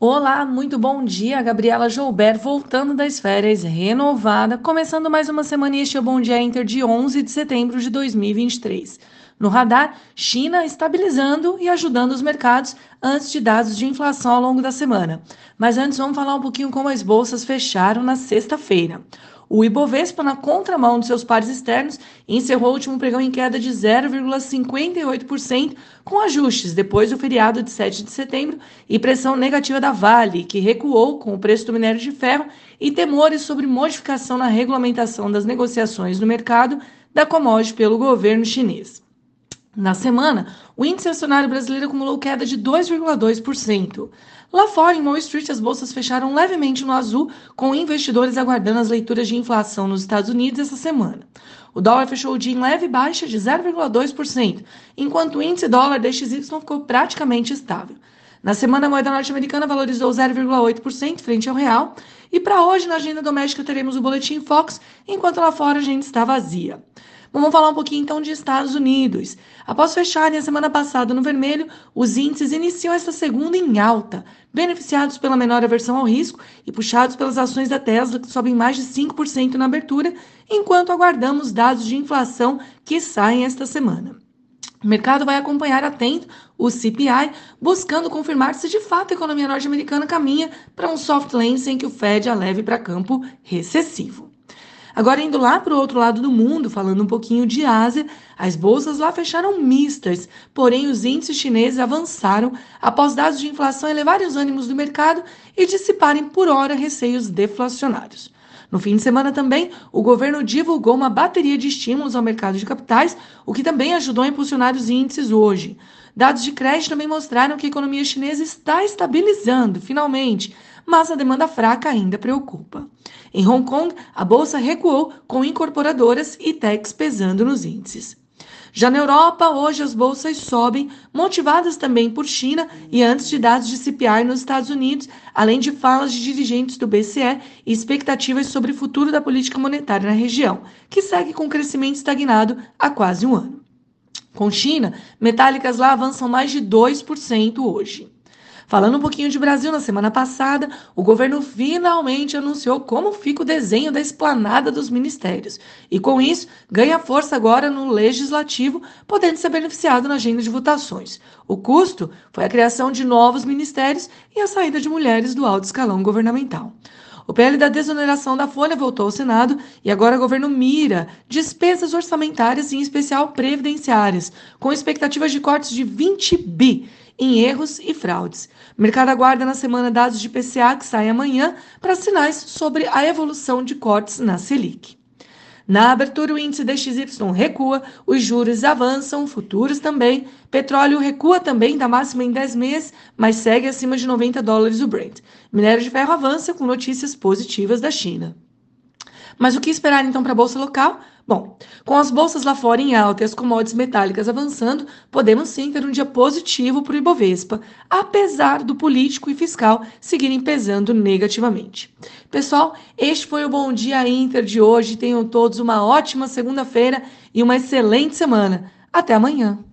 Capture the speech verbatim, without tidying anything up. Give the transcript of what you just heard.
Olá, muito bom dia, Gabriela Joubert, voltando das férias renovada, começando mais uma semana e este é o Bom Dia Inter de onze de setembro de dois mil e vinte e três. No radar, China estabilizando e ajudando os mercados antes de dados de inflação ao longo da semana. Mas antes vamos falar um pouquinho como as bolsas fecharam na sexta-feira. O Ibovespa, na contramão de seus pares externos, encerrou o último pregão em queda de zero vírgula cinquenta e oito por cento, com ajustes depois do feriado de sete de setembro e pressão negativa da Vale, que recuou com o preço do minério de ferro e temores sobre modificação na regulamentação das negociações no mercado da commodity pelo governo chinês. Na semana, o índice acionário brasileiro acumulou queda de dois vírgula dois por cento. Lá fora, em Wall Street, as bolsas fecharam levemente no azul, com investidores aguardando as leituras de inflação nos Estados Unidos essa semana. O dólar fechou o dia em leve baixa de zero vírgula dois por cento, enquanto o índice dólar D X Y ficou praticamente estável. Na semana, a moeda norte-americana valorizou zero vírgula oito por cento frente ao real. E para hoje, na agenda doméstica, teremos o Boletim Fox, enquanto lá fora a gente está vazia. Vamos falar um pouquinho então de Estados Unidos. Após fecharem a semana passada no vermelho, os índices iniciam esta segunda em alta, beneficiados pela menor aversão ao risco e puxados pelas ações da Tesla, que sobem mais de cinco por cento na abertura, enquanto aguardamos dados de inflação que saem esta semana. O mercado vai acompanhar atento o C P I, buscando confirmar se de fato a economia norte-americana caminha para um soft landing sem que o Fed a leve para campo recessivo. Agora, indo lá para o outro lado do mundo, falando um pouquinho de Ásia, as bolsas lá fecharam mistas, porém os índices chineses avançaram após dados de inflação elevarem os ânimos do mercado e dissiparem por hora receios deflacionários. No fim de semana também, o governo divulgou uma bateria de estímulos ao mercado de capitais, o que também ajudou a impulsionar os índices hoje. Dados de crédito também mostraram que a economia chinesa está estabilizando, finalmente, mas a demanda fraca ainda preocupa. Em Hong Kong, a bolsa recuou, com incorporadoras e techs pesando nos índices. Já na Europa, hoje as bolsas sobem, motivadas também por China e antes de dados de C P I nos Estados Unidos, além de falas de dirigentes do B C E e expectativas sobre o futuro da política monetária na região, que segue com crescimento estagnado há quase um ano. Com China, metálicas lá avançam mais de dois por cento hoje. Falando um pouquinho de Brasil, na semana passada, o governo finalmente anunciou como fica o desenho da esplanada dos ministérios. E com isso, ganha força agora no legislativo, podendo ser beneficiado na agenda de votações. O custo foi a criação de novos ministérios e a saída de mulheres do alto escalão governamental. O P L da desoneração da folha voltou ao Senado e agora o governo mira despesas orçamentárias, em especial previdenciárias, com expectativas de cortes de vinte bi em erros e fraudes. O mercado aguarda na semana dados de I P C A que saem amanhã para sinais sobre a evolução de cortes na Selic. Na abertura, o índice D X Y recua, os juros avançam, futuros também. Petróleo recua também da máxima em dez meses, mas segue acima de noventa dólares o Brent. Minério de ferro avança com notícias positivas da China. Mas o que esperar então para a bolsa local? Bom, com as bolsas lá fora em alta e as commodities metálicas avançando, podemos sim ter um dia positivo para o Ibovespa, apesar do político e fiscal seguirem pesando negativamente. Pessoal, este foi o Bom Dia Inter de hoje. Tenham todos uma ótima segunda-feira e uma excelente semana. Até amanhã!